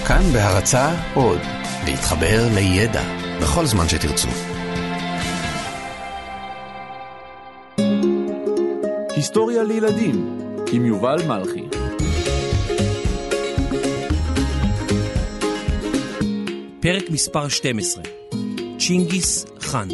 כאן בהרצאה עוד, להתחבר לידע בכל זמן שתרצו. היסטוריה לילדים עם יובל מלכי. פרק מספר 12. צ'ינגיס חאן.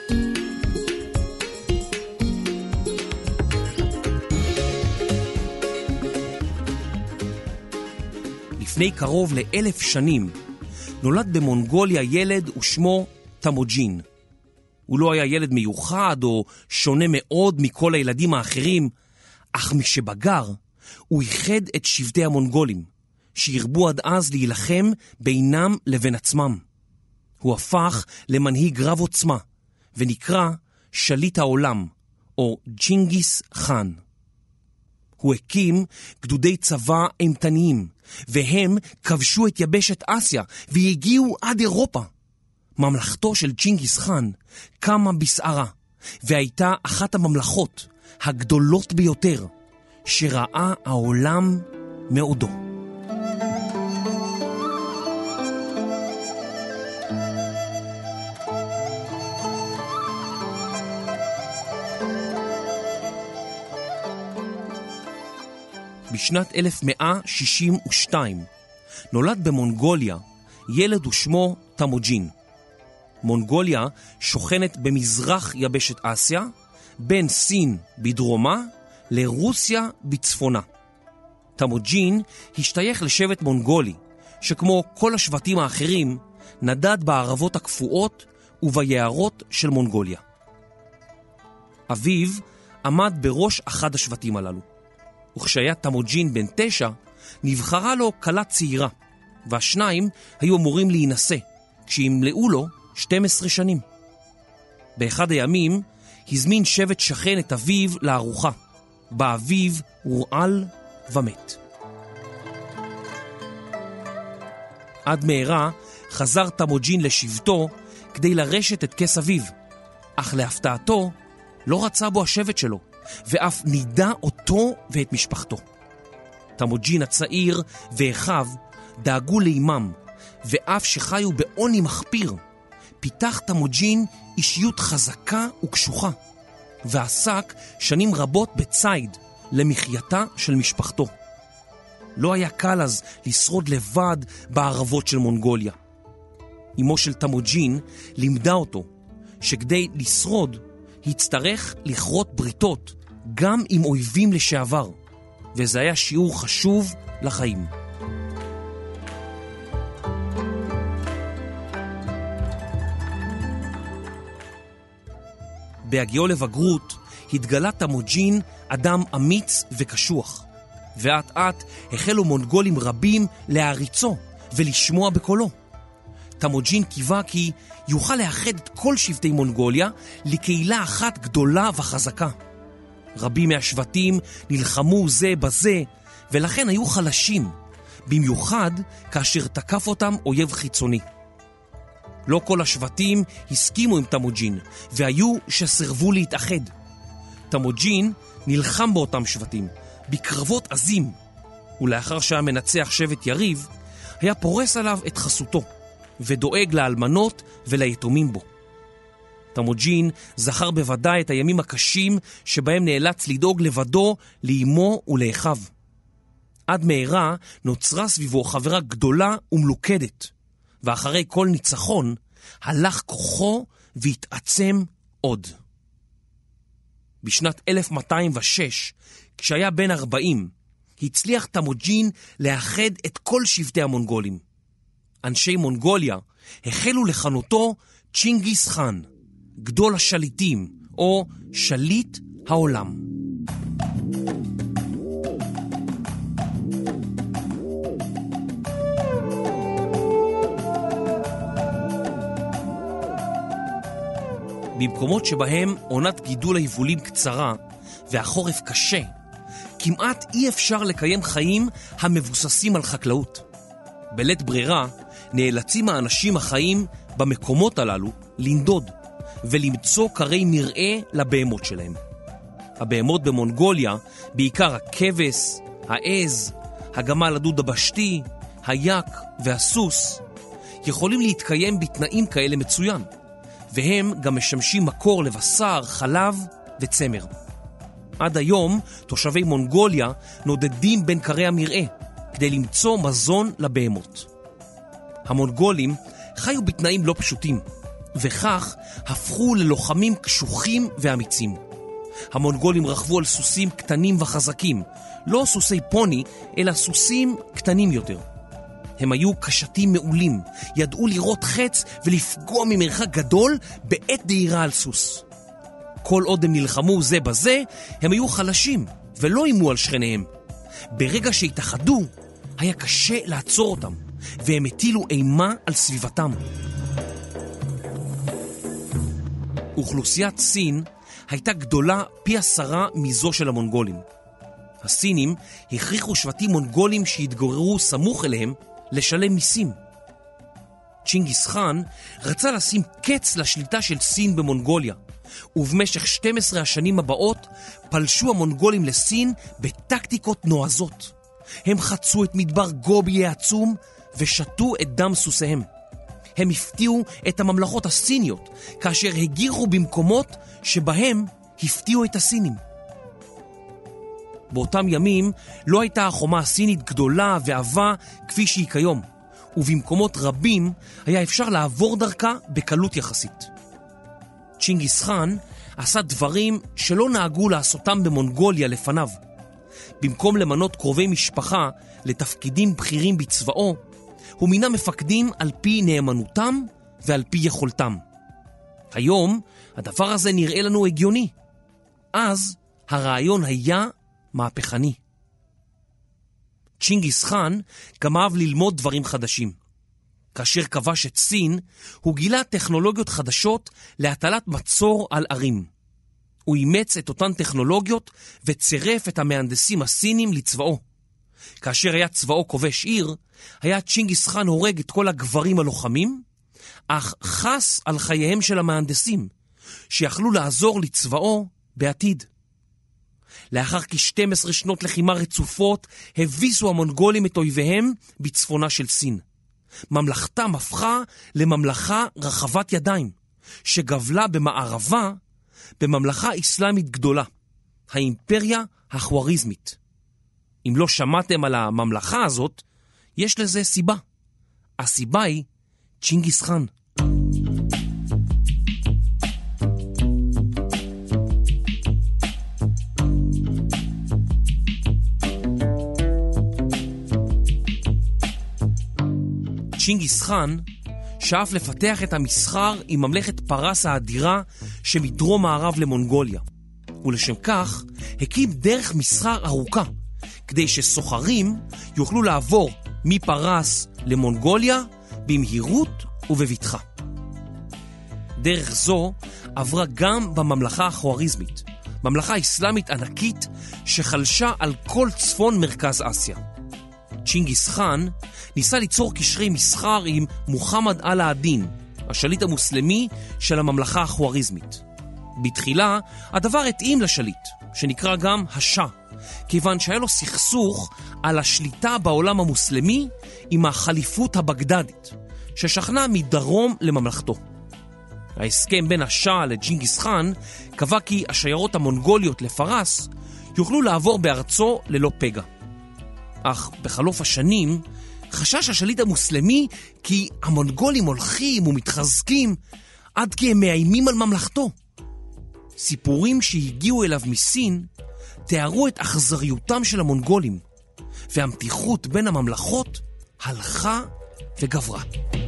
לפני קרוב ל1000 שנים נולד במונגוליה ילד ושמו תמוג'ין. הוא לא היה ילד מיוחד או שונה מאוד מכל הילדים האחרים, אך משבגר הוא ייחד את שבטי המונגולים, שהרבו עד אז להילחם בינם לבין עצמם. הוא הפך למנהיג רב עוצמה, ונקרא שליט העולם, או צ'ינגיס חאן. הוא הקים גדודי צבא אימתניים, והם כבשו את יבשת אסיה, והגיעו עד אירופה. ממלכתו של צ'ינגיס חאן קמה בסערה, והייתה אחת הממלכות הגדולות ביותר שראה העולם מעודו. בשנת 1162 נולד במונגוליה ילד ושמו תמוג'ין. מונגוליה שוכנת במזרח יבשת אסיה, בין סין בדרומה לרוסיה בצפונה. תמוג'ין השתייך לשבט מונגולי, שכמו כל השבטים האחרים נדד בערבות הקפואות וביערות של מונגוליה. אביו עמד בראש אחד השבטים הללו. וכשהיה תמוג'ין בן 9, נבחרה לו כלה צעירה, והשניים היו אמורים להינשא, כשימלאו לו 12 שנים. באחד הימים הזמין שבט שכן את אביו לארוחה, בה אביו הורעל ומת. עד מהרה חזר תמוג'ין לשבטו כדי לרשת את כס אביו, אך להפתעתו לא רצה בו השבט שלו, ואף נידע אותו ואת משפחתו. תמוג'ין הצעיר ואחיו דאגו לאימם, ואף שחיו בעוני מחפיר, פיתח תמוג'ין אישיות חזקה וקשוחה, ועסק שנים רבות בציד למחייתה של משפחתו. לא היה קל אז לשרוד לבד בערבות של מונגוליה. אמו של תמוג'ין לימדה אותו שכדי לשרוד הצטרך לכרות בריתות גם עם אויבים לשעבר, וזה היה שיעור חשוב לחיים. בהגיעו לבגרות התגלה תמוג'ין אדם אמיץ וקשוח, ואט אט החלו מונגולים רבים להעריצו ולשמוע בקולו. תמוג'ין קיווה כי יוכל לאחד את כל שבטי מונגוליה לקהילה אחת גדולה וחזקה. רבים מהשבטים נלחמו זה בזה, ולכן היו חלשים, במיוחד כאשר תקף אותם אויב חיצוני. לא כל השבטים הסכימו עם תמוג'ין, והיו שסרבו להתאחד. תמוג'ין נלחם באותם שבטים, בקרבות עזים, ולאחר שהיה מנצח שבט יריב, היה פורס עליו את חסותו, ודואג לאלמנות וליתומים בו. תמוג'ין זכר בוודאי את הימים הקשים שבהם נאלץ לדאוג לבדו לאמו ולאחיו. עד מהרה נוצרה סביבו חברה גדולה ומלוכדת, ואחרי כל ניצחון הלך כוחו והתעצם עוד. בשנת 1206, כשהיה בן 40, הצליח תמוג'ין לאחד את כל שבטי המונגולים. אנשי מונגוליה החלו לכנותו צ'ינגיס חאן, גדול השליטים, או שליט העולם. במקומות שבהם עונת גידול היבולים קצרה והחורף קשה, כמעט אי אפשר לקיים חיים המבוססים על חקלאות. בלית ברירה נאלצים האנשים החיים במקומות הללו לנדוד ולמצוא קרי מרעה לבהמות שלהם. הבהמות במונגוליה, בעיקר הכבש, העז, הגמל הדוד הבשתי היק והסוס יכולים להתקיים בתנאים כאלה מצוין, והם גם משמשים מקור לבשר, חלב וצמר. עד היום תושבי מונגוליה נודדים בין קרי המרעה כדי למצוא מזון לבהמות. המונגולים חיו בתנאים לא פשוטים, וכך הפכו ללוחמים קשוחים ואמיצים. המונגולים רכבו על סוסים קטנים וחזקים, לא סוסי פוני, אלא סוסים קטנים יותר. הם היו קשתים מעולים, ידעו לראות חץ ולפגוע ממרחק גדול בעת דהירה על סוס. כל עוד הם נלחמו זה בזה, הם היו חלשים ולא אימו על שכניהם. ברגע שהתאחדו, היה קשה לעצור אותם, והם הטילו אימה על סביבתם. אוכלוסיית סין הייתה גדולה פי 10 מזו של המונגולים. הסינים הכריחו שבטים מונגולים שהתגוררו סמוך אליהם לשלם מיסים. צ'ינגיס חאן רצה לשים קץ לשליטה של סין במונגוליה, ובמשך 12 השנים הבאות פלשו המונגולים לסין בטקטיקות נועזות. הם חצו את מדבר גובי העצום ושתו את דם סוסיהם. הם הפתיעו את הממלכות הסיניות כאשר הגיחו במקומות שבהם הפתיעו את הסינים. באותם ימים לא הייתה החומה הסינית גדולה ועבה כפי שהיא כיום, ובמקומות רבים היה אפשר לעבור דרכה בקלות יחסית. צ'ינגיס חאן עשה דברים שלא נהגו לעשותם במונגוליה לפניו. במקום למנות קרובי משפחה לתפקידים בכירים בצבאו, הוא מינה מפקדים על פי נאמנותם ועל פי יכולתם. היום הדבר הזה נראה לנו הגיוני. אז הרעיון היה מהפכני. צ'ינגיס חאן גם אהב ללמוד דברים חדשים. כאשר כבש את סין, הוא גילה טכנולוגיות חדשות להטלת מצור על ערים. הוא אימץ את אותן טכנולוגיות וצירף את המהנדסים הסינים לצבאו. כאשר היה צבאו כובש עיר, היה צ'ינגיס חאן הורג את כל הגברים הלוחמים, אך חס על חייהם של המהנדסים, שיכלו לעזור לצבאו בעתיד. לאחר כ-12 שנות לחימה רצופות, הביסו המונגולים את אויביהם בצפונה של סין. ממלכתם הפכה לממלכה רחבת ידיים, שגבלה במערבה בממלכה אסלאמית גדולה, האימפריה החואריזמית. אם לא שמעתם על הממלכה הזאת, יש לזה סיבה. הסיבה היא צ'ינגיס חאן. צ'ינגיס חאן שאף לפתח את המסחר עם ממלכת פרס האדירה שמדרום מערב למונגוליה, ולשם כך הקים דרך מסחר ארוכה, כדי שסוחרים יוכלו לעבור מפרס למונגוליה במהירות ובבטחה. דרך זו עברה גם בממלכה החואריזמית, ממלכה אסלאמית ענקית שחלשה על כל צפון מרכז אסיה. צ'ינגיס חאן ניסה ליצור קשרי מסחר עם מוחמד אל-עדין, השליט המוסלמי של הממלכה החואריזמית. בתחילה הדבר התאים לשליט, שנקרא גם השאה, כיוון שהיה לו סכסוך על השליטה בעולם המוסלמי עם החליפות הבגדדית, ששכנה מדרום לממלכתו. ההסכם בין השאה לג'ינגיס חאן קבע כי השיירות המונגוליות לפרס יוכלו לעבור בארצו ללא פגע. אך בחלוף השנים חשש השליט המוסלמי כי המונגולים הולכים ומתחזקים עד כי הם מאיימים על ממלכתו. סיפורים שהגיעו אליו מסין תיארו את אכזריותם של המונגולים, והמתיחות בין הממלכות הלכה וגברה.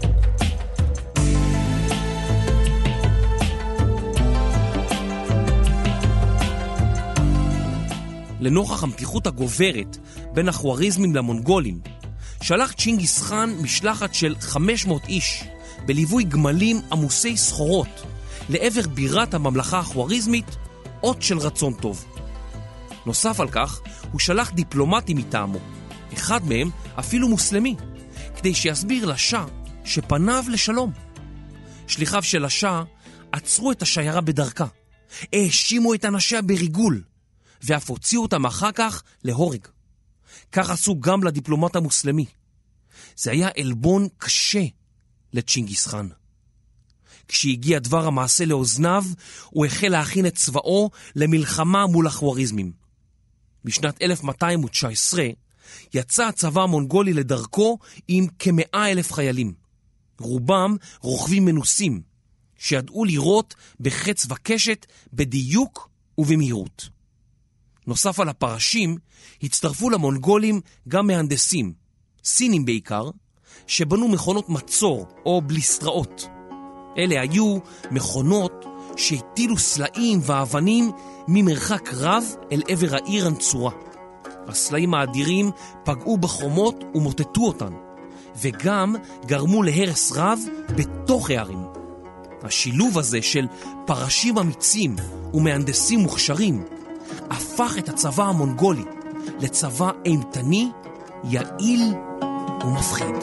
לנוכח המתיחות הגוברת בין החואריזמים למונגולים, שלח צ'ינגיס חאן משלחת של 500 איש בליווי גמלים עמוסי סחורות לעבר בירת הממלכה החואריזמית, אות של רצון טוב. נוסף על כך, הוא שלח דיפלומטים מטעמו, אחד מהם אפילו מוסלמי, כדי שיסביר לשאה שפניו לשלום. שליחיו של השאה עצרו את השיירה בדרכה, האשימו את אנשיה בריגול, ואף הוציאו אותם אחר כך להורג. כך עשו גם לדיפלומט המוסלמי. זה היה אלבון קשה לצ'ינגיס חאן. כשהגיע דבר המעשה לאוזניו, הוא החל להכין את צבאו למלחמה מול החואריזמים. בשנת 1219 יצא הצבא המונגולי לדרכו עם כ100,000 חיילים. רובם רוכבים מנוסים, שידעו לירות בחץ וקשת בדיוק ובמהירות. נוסף על הפרשים, הצטרפו למונגולים גם מהנדסים, סינים בעיקר, שבנו מכונות מצור או בליסטראות. אלה היו מכונות שהטילו סלעים ואבנים ממרחק רב אל עבר העיר הנצורה. הסלעים האדירים פגעו בחומות ומוטטו אותן, וגם גרמו להרס רב בתוך הערים. השילוב הזה של פרשים אמיצים ומהנדסים מוכשרים הפך את הצבא המונגולי לצבא אימתני, יעיל ומפחיד.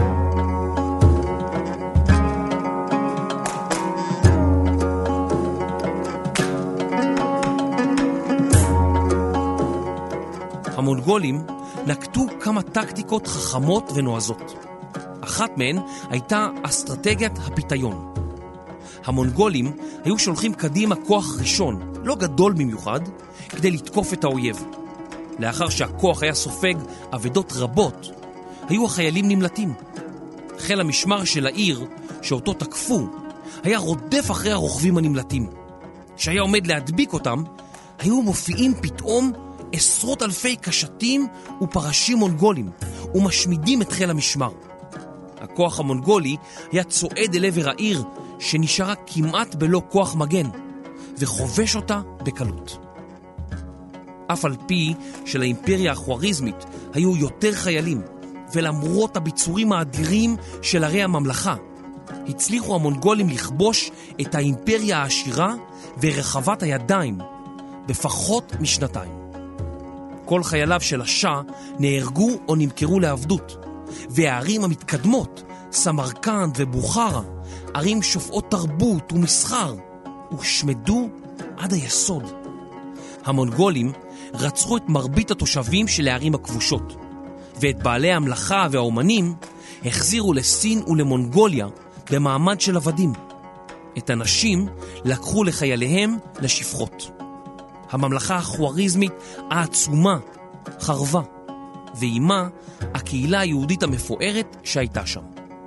המונגולים נקטו כמה טקטיקות חכמות ונועזות. אחת מהן הייתה אסטרטגיית הפיתיון. המונגולים היו שולחים קדימה כוח ראשון, לא גדול במיוחד, כדי לתקוף את האויב. לאחר שהכוח היה סופג אבדות רבות, היו החיילים נמלטים. חיל המשמר של העיר, שאותו תקפו, היה רודף אחרי הרוכבים הנמלטים. כשהיה עומד להדביק אותם, היו מופיעים פתאום עשרות אלפי קשתים ופרשים מונגולים, ומשמידים את חיל המשמר. הכוח המונגולי היה צועד אל עבר העיר, שנשארה כמעט בלא כוח מגן, וחובש אותה בקלות. אף על פי שלאימפריה החואריזמית היו יותר חיילים, ולמרות הביצורים האדירים של ערי הממלכה, הצליחו המונגולים לכבוש את האימפריה העשירה ורחבת הידיים בפחות משנתיים. כל חייליו של השאה נהרגו או נמכרו לעבדות, והערים המתקדמות, סמרקנד ובוכרה, ערים שופעות תרבות ומסחר, הושמדו עד היסוד. המונגולים רצחו את מרבית התושבים של הערים הכבושות, ואת בעלי המלאכה והאומנים החזירו לסין ולמונגוליה במעמד של עבדים. את הנשים לקחו לחייליהם לשפחות. הממלכה החואריזמית העצומה חרבה, ועימה הקהילה היהודית המפוארת שהייתה שם.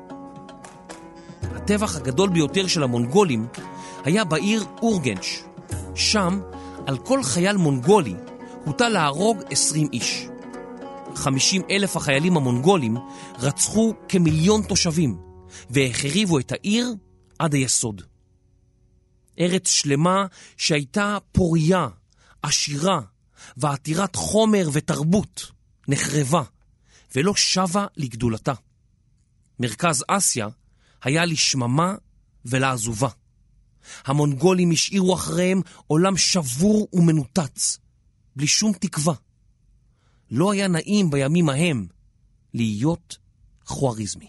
הטבח הגדול ביותר של המונגולים היה בעיר אורגנץ'. שם על כל חייל מונגולי הוטל להרוג 20 איש. 50,000 החיילים המונגולים רצחו כמיליון תושבים, והחריבו את העיר עד היסוד. ארץ שלמה שהייתה פוריה, עשירה ועתירת חומר ותרבות נחרבה ולא שווה לגדולתה. מרכז אסיה היה לשממה ולעזובה. המונגולים השאירו אחריהם עולם שבור ומנותץ, בלי שום תקווה. לא היה נעים בימים ההם להיות חואריזמי.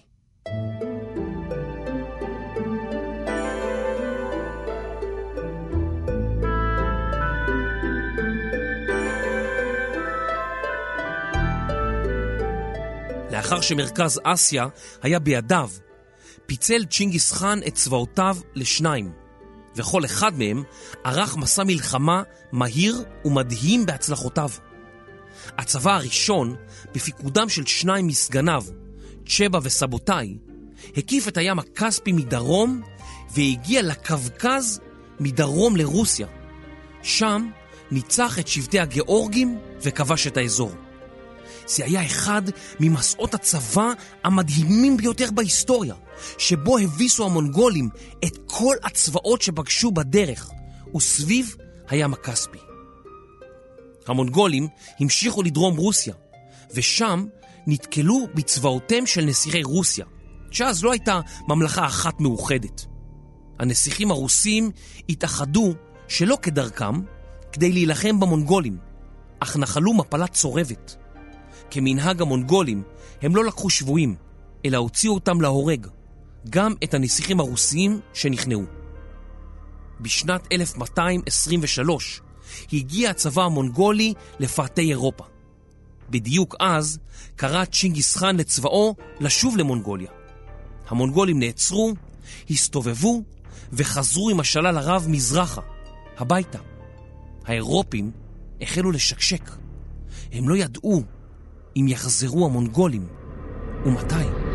לאחר שמרכז אסיה היה בידיו, פיצל צ'ינגיס חאן את צבאותיו לשניים, וכל אחד מהם ערך מסע מלחמה מהיר ומדהים בהצלחותיו. הצבא הראשון, בפיקודם של שניים מסגניו, צ'בה וסבוטאי, הקיף את הים הכספי מדרום והגיע לקווקז מדרום לרוסיה. שם ניצח את שבטי הגאורגים וכבש את האזור. זה היה אחד ממסעות הצבא המדהימים ביותר בהיסטוריה, שבו הביסו המונגולים את כל הצבאות שפגשו בדרך וסביב הים הכספי. המונגולים המשיכו לדרום רוסיה, ושם נתקלו בצבאותיהם של נסיכי רוסיה, שאז לא הייתה ממלכה אחת מאוחדת. הנסיכים הרוסים התאחדו שלא כדרכם כדי להילחם במונגולים, אך נחלו מפלה צורבת. כמנהג המונגולים, הם לא לקחו שבויים, אלא הוציאו אותם להורג, גם את הנסיכים הרוסיים שנכנעו. בשנת 1223 הגיע הצבא המונגולי לפאתי אירופה. בדיוק אז קרא צ'ינגיס חאן לצבאו לשוב למונגוליה. המונגולים נעצרו, הסתובבו וחזרו עם השלל הרב מזרחה, הביתה. האירופים החלו לשקשק. הם לא ידעו אם יחזרו המונגולים ומתי.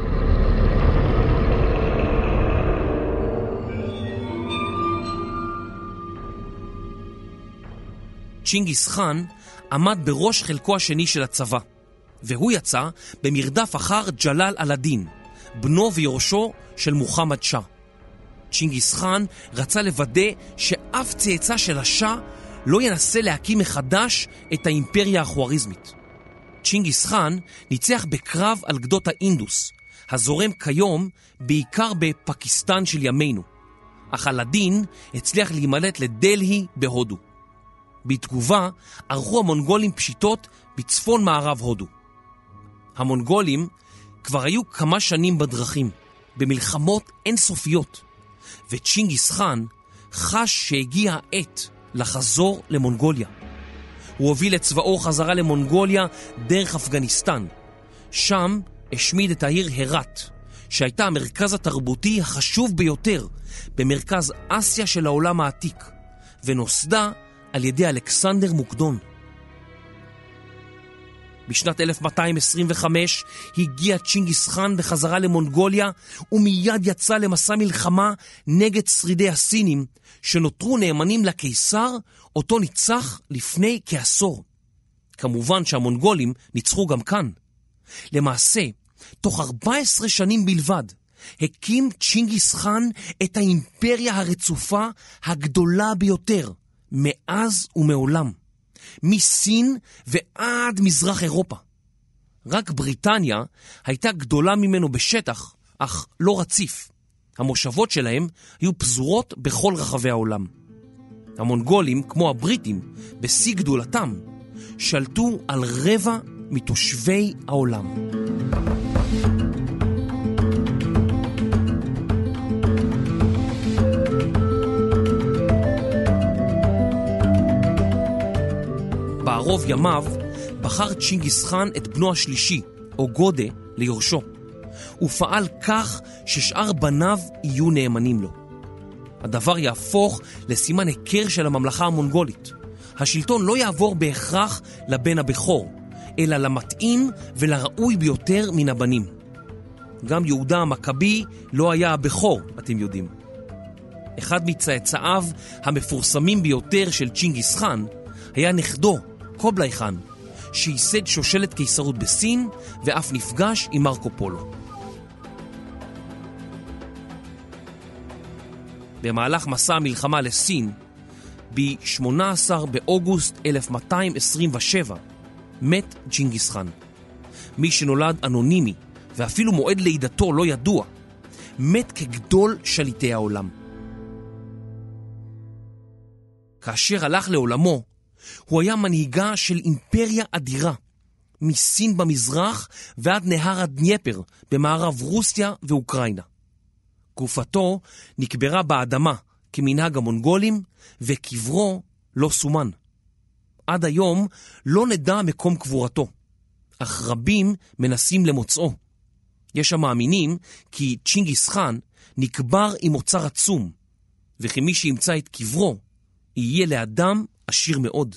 צ'ינגיס חאן עמד בראש חלקו השני של הצבא, והוא יצא במרדף אחר ג'לאל אלדין, בנו ויורשו של מוחמד שאה. צ'ינגיס חאן רצה לוודא שאף צאצא של השאה לא ינסה להקים מחדש את האימפריה החואריזמית. צ'ינגיס חאן ניצח בקרב על גדות האינדוס, הזורם כיום בעיקר בפקיסטן של ימינו, אך אלדין הצליח להימלט לדלהי בהודו. בתגובה ערכו המונגולים פשיטות בצפון מערב הודו. המונגולים כבר היו כמה שנים בדרכים, במלחמות אינסופיות, וצ'ינגיס חאן חש שהגיע העת לחזור למונגוליה. הוא הוביל את צבאו חזרה למונגוליה דרך אפגניסטן. שם השמיד את העיר הרת, שהייתה המרכז התרבותי החשוב ביותר במרכז אסיה של העולם העתיק, ונוסדה על ידי אלכסנדר מוקדון. בשנת 1225 הגיע צ'ינגיס חאן בחזרה למונגוליה, ומיד יצא למסע מלחמה נגד שרידי הסינים שנותרו נאמנים לקיסר אותו ניצח לפני כעשור. כמובן שהמונגולים ניצחו גם כאן. למעשה, תוך 14 שנים בלבד הקים צ'ינגיס חאן את האימפריה הרצופה הגדולה ביותר מאז ומעולם, מסין ועד מזרח אירופה. רק בריטניה הייתה גדולה ממנו בשטח, אך לא רציף. המושבות שלהם היו פזורות בכל רחבי העולם. המונגולים, כמו הבריטים, בשיא גדולתם, שלטו על רבע מתושבי העולם. בערוב ימיו בחר צ'ינגיס חאן את בנו השלישי, אוגודה, ליורשו. הוא פעל כך ששאר בניו יהיו נאמנים לו. הדבר יהפוך לסימן היכר של הממלכה המונגולית. השלטון לא יעבור בהכרח לבן הבכור, אלא למתאים ולראוי ביותר מן הבנים. גם יהודה המכבי לא היה הבכור, אתם יודעים. אחד מצאצאיו המפורסמים ביותר של צ'ינגיס חאן היה נכדו, קובלאי חאן, שייסד שושלת קיסרות בסין ואף נפגש עם מרקו פולו. במהלך מסע המלחמה לסין, ב-18 באוגוסט 1227, מת צ'ינגיס חאן. מי שנולד אנונימי ואפילו מועד לידתו לא ידוע, מת כגדול שליטי העולם. כאשר הלך לעולמו, הוא היה מנהיגה של אימפריה אדירה, מסין במזרח ועד נהר הדנייפר במערב רוסיה ואוקראינה. גופתו נקברה באדמה כמנהג המונגולים, וקברו לא סומן. עד היום לא נדע מקום קבורתו, אך רבים מנסים למוצאו. יש המאמינים כי צ'ינגיס חאן נקבר עם אוצר עצום, וכי מי שימצא את קברו יהיה לאדם עשיר מאוד.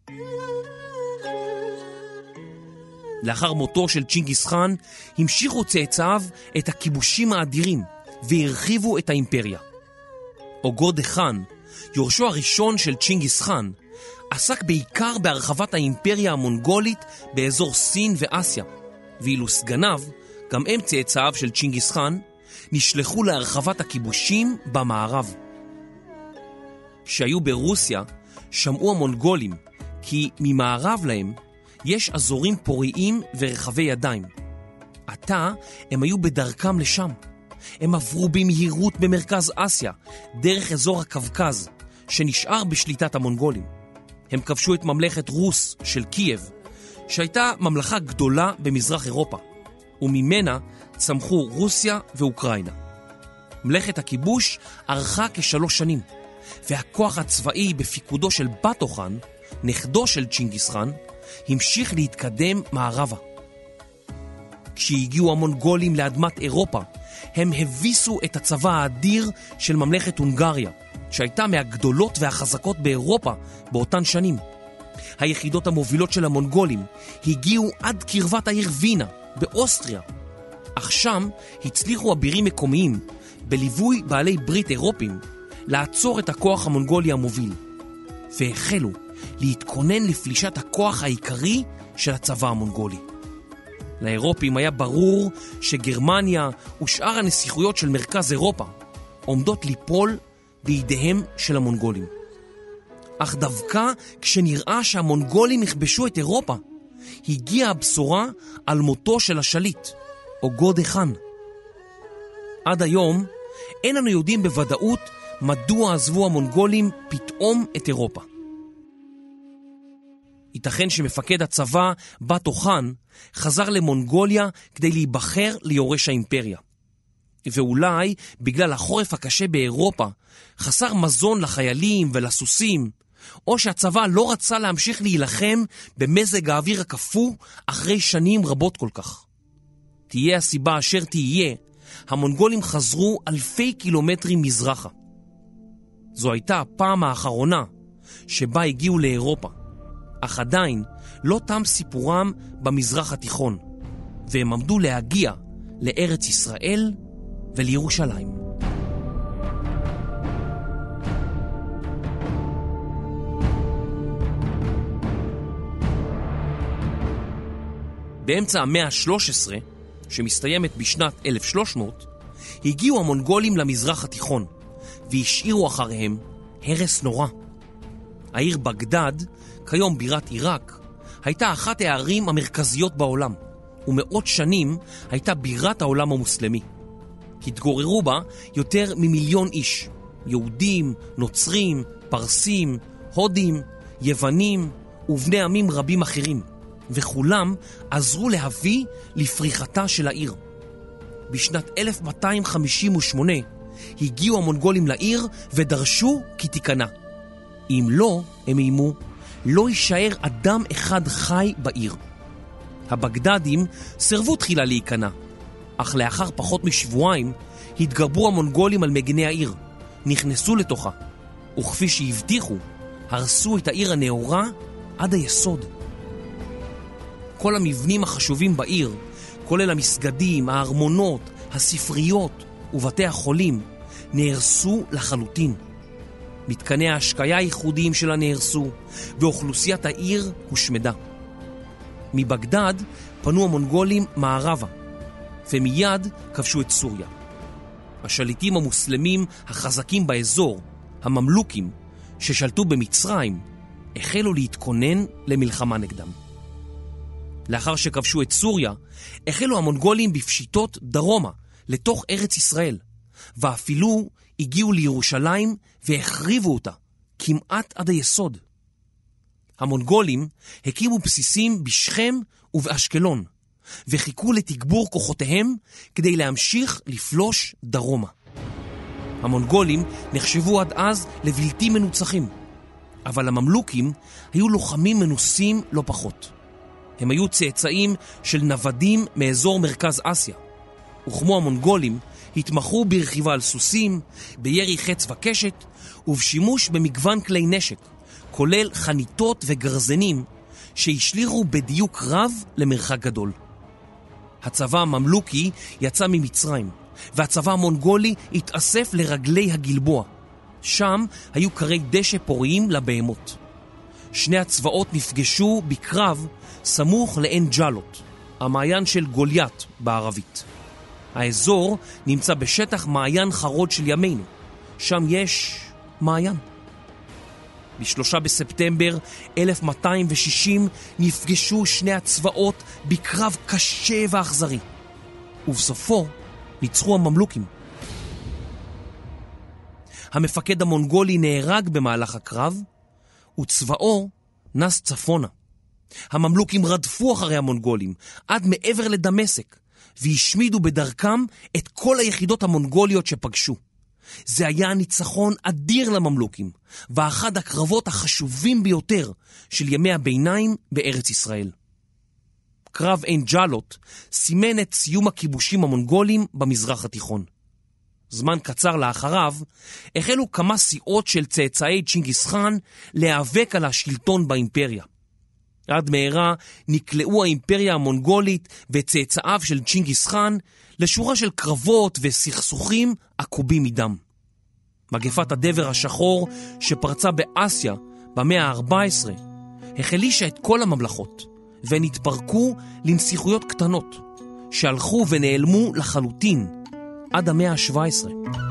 לאחר מותו של צ'ינגיס חאן המשיכו צאצאיו את הכיבושים האדירים והרחיבו את האימפריה. אוגודה חאן, יורשו הראשון של צ'ינגיס חאן, עסק בעיקר בהרחבת האימפריה המונגולית באזור סין ואסיה, ואילו סגניו, גם הם צאצאיו של צ'ינגיס חאן, נשלחו להרחבת הכיבושים במערב. כשהיו ברוסיה, שמעו המונגולים כי ממערב להם יש אזורים פוריים ורחבי ידיים. עתה הם היו בדרכם לשם. הם עברו במהירות במרכז אסיה, דרך אזור הקווקז, שנשאר בשליטת המונגולים. הם כבשו את ממלכת רוס של קייב, שהייתה ממלכה גדולה במזרח אירופה, וממנה צמחו רוסיה ואוקראינה. מלאכת הכיבוש ארכה כ3 שנים, והכוח הצבאי בפיקודו של בטו חאן, נכדו של צ'ינגיס חאן, המשיך להתקדם מערבה. כשהגיעו המונגולים לאדמת אירופה, הם הביסו את הצבא האדיר של ממלכת הונגריה, שהייתה מהגדולות והחזקות באירופה באותן שנים. היחידות המובילות של המונגולים הגיעו עד קרבת העיר וינה, באוסטריה. אך שם הצליחו אבירים מקומיים, בליווי בעלי ברית אירופים, לעצור את הכוח המונגולי המוביל, והחלו להתכונן לפלישת הכוח העיקרי של הצבא המונגולי. לאירופים היה ברור שגרמניה ושאר הנסיכויות של מרכז אירופה עומדות ליפול בידיהם של המונגולים. אך דווקא כשנראה שהמונגולים יכבשו את אירופה, הגיעה הבשורה על מותו של השליט, אוגו דחן. עד היום אין אנו יודעים בוודאות מדוע עזבו המונגולים פתאום את אירופה. ייתכן שמפקד הצבא, בת אוחן, חזר למונגוליה כדי להיבחר ליורש האימפריה. ואולי בגלל החורף הקשה באירופה, חסר מזון לחיילים ולסוסים, או שהצבא לא רצה להמשיך להילחם במזג האוויר הקפוא אחרי שנים רבות כל כך. תהיה הסיבה אשר תהיה, המונגולים חזרו אלפי קילומטרים מזרחה. זו הייתה הפעם האחרונה שבה הגיעו לאירופה, אך עדיין לא תם סיפורם במזרח התיכון, והם עמדו להגיע לארץ ישראל ולירושלים. באמצע המאה ה-13, שמסתיימת בשנת 1300, הגיעו המונגולים למזרח התיכון, והשאירו אחריהם הרס נורא. העיר בגדד, כיום בירת עיראק, הייתה אחת הערים המרכזיות בעולם, ומאות שנים הייתה בירת העולם המוסלמי. התגוררו בה יותר מ1,000,000 איש, יהודים, נוצרים, פרסים, הודים, יוונים ובני עמים רבים אחרים, וכולם עזרו להביא לפריחתה של העיר. בשנת 1258 הגיעו המונגולים לעיר ודרשו כי תיכנע. אם לא, הם איימו, לא יישאר אדם אחד חי בעיר. הבגדדים סרבו תחילה להיכנע, אך לאחר פחות משבועיים התגברו המונגולים על מגני העיר, נכנסו לתוכה, וכפי שהבטיחו, הרסו את העיר הנאורה עד היסוד. כל המבנים החשובים בעיר, כולל המסגדים, הארמונות, הספריות ובתי החולים, נהרסו לחלוטין. מתקני ההשקיה הייחודיים שלה נהרסו, ואוכלוסיית העיר הושמדה. מבגדד פנו המונגולים מערבה, ומיד כבשו את סוריה. השליטים המוסלמים החזקים באזור, הממלוכים, ששלטו במצרים, החלו להתכונן למלחמה נגדם. לאחר שכבשו את סוריה, החלו המונגולים בפשיטות דרומה לתוך ארץ ישראל, ואפילו הגיעו לירושלים והחריבו אותה כמעט עד היסוד. המונגולים הקימו בסיסים בשכם ובאשקלון, וחיכו לתגבור כוחותיהם כדי להמשיך לפלוש דרומה. המונגולים נחשבו עד אז לבלתי מנוצחים, אבל הממלוכים היו לוחמים מנוסים לא פחות. הם היו צאצאים של נוודים מאזור מרכז אסיה, וכמו המונגולים התמחו ברכיבה על סוסים, בירי חץ וקשת ובשימוש במגוון כלי נשק, כולל חניתות וגרזנים שהשליכו בדיוק רב למרחק גדול. הצבא הממלוכי יצא ממצרים, והצבא המונגולי התאסף לרגלי הגלבוע. שם היו קרי דשא פוריים לבהמות. שני הצבאות נפגשו בקרב סמוך לעין ג'לות, המעיין של גוליית בערבית. האזור נמצא בשטח מעיין חרוד של ימינו. שם יש מעיין. ב3 בספטמבר 1260 נפגשו שני הצבאות בקרב קשה ואכזרי, ובסופו ניצחו הממלוכים. המפקד המונגולי נהרג במהלך הקרב, וצבאו נס צפונה. הממלוכים רדפו אחרי המונגולים עד מעבר לדמשק, והשמידו בדרכם את כל היחידות המונגוליות שפגשו, זה היה ניצחון אדיר לממלוכים, ואחד הקרבות החשובים ביותר של ימי הביניים בארץ ישראל. קרב עין ג'אלות סימן את סיום הכיבושים המונגולים במזרח התיכון. זמן קצר לאחריו החלו כמה סיעות של צאצאי צ'ינגיס חאן להיאבק על השלטון באימפריה. עד מהרה נקלעו האימפריה המונגולית וצאצאיו של צ'ינגיס חאן לשורה של קרבות וסכסוכים עקובים מדם. מגפת הדבר השחור שפרצה באסיה במאה ה-14 החלישה את כל הממלכות, והן התפרקו לנסיכויות קטנות שהלכו ונעלמו לחלוטין עד המאה ה-17.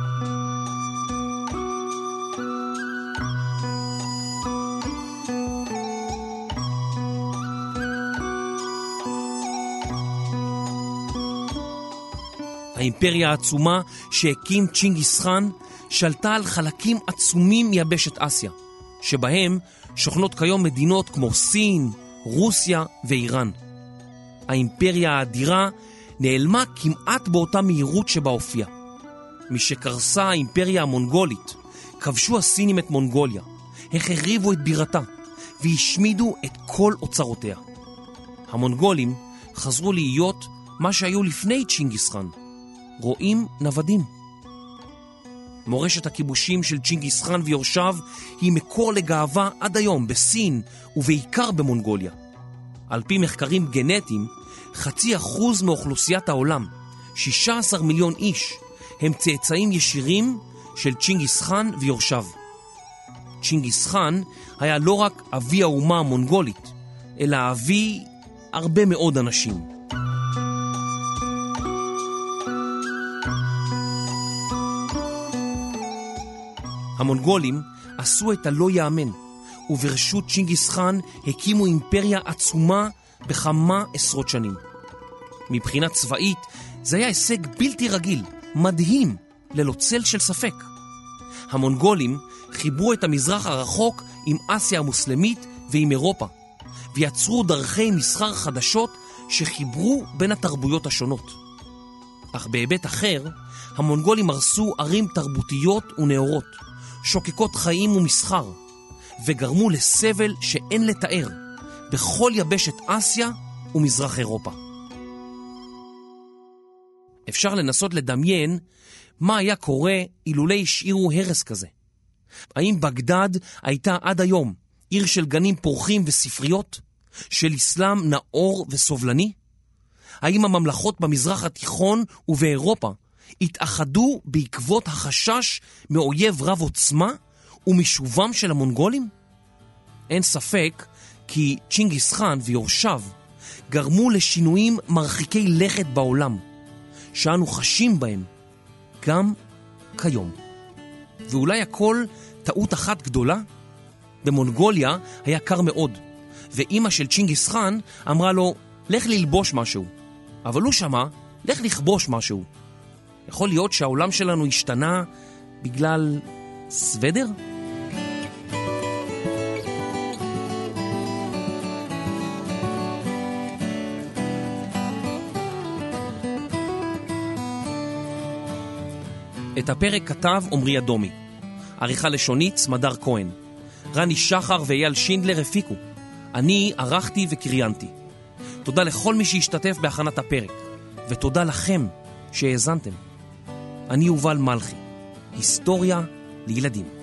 האימפריה העצומה שהקים צ'ינגיס חאן שלטה על חלקים עצומים מיבשת אסיה, שבהם שוכנות כיום מדינות כמו סין, רוסיה ואיראן. האימפריה האדירה נעלמה כמעט באותה מהירות שבה הופיעה. משקרסה האימפריה המונגולית, כבשו הסינים את מונגוליה, החריבו את בירתה והשמידו את כל אוצרותיה. המונגולים חזרו להיות מה שהיו לפני צ'ינגיס חאן, רועים נוודים. מורשת הכיבושים של צ'ינגיס חאן ויורשיו היא מקור לגאווה עד היום בסין ובעיקר במונגוליה. על פי מחקרים גנטיים, 0.5% מאוכלוסיית העולם, 16 מיליון איש, הם צאצאים ישירים של צ'ינגיס חאן ויורשיו. צ'ינגיס חאן היה לא רק אבי האומה המונגולית, אלא אבי הרבה מאוד אנשים. המונגולים עשו את הלא יאמן, וברשות צ'ינגיס חאן הקימו אימפריה עצומה בכמה עשרות שנים. מבחינה צבאית זה היה הישג בלתי רגיל, מדהים, ללא צל של ספק. המונגולים חיברו את המזרח הרחוק עם אסיה המוסלמית ועם אירופה, ויצרו דרכי מסחר חדשות שחיברו בין התרבויות השונות. אך בהיבט אחר, המונגולים הרסו ערים תרבותיות ונאורות, שוקקות חיים ומסחר, וגרמו לסבל שאין לתאר בכל יבשת אסיה ומזרח אירופה. אפשר לנסות לדמיין מה היה קורה אילולא השאירו הרס כזה. האם בגדד הייתה עד היום עיר של גנים פורחים וספריות, של אסלאם נאור וסובלני? האם הממלכות במזרח התיכון ובאירופה התאחדו בעקבות החשש מאויב רב עוצמה ומשובם של המונגולים? אין ספק כי צ'ינגיס חאן ויורשיו גרמו לשינויים מרחיקי לכת בעולם, שאנו חשים בהם גם כיום. ואולי הכל טעות אחת גדולה? במונגוליה היה קר מאוד, ואימא של צ'ינגיס חאן אמרה לו, לך ללבוש משהו. אבל הוא שמע, לך לכבוש משהו. יכול להיות שהעולם שלנו השתנה בגלל סוודר? את הפרק כתב עמרי אדומי, עריכה לשונית סמדר כהן, רני שחר ואייל שינדלר הפיקו. אני ערכתי וקריינתי. תודה לכל מי שהשתתף בהכנת הפרק, ותודה לכם שהאזנתם. אני יובל מלכי, היסטוריה לילדים.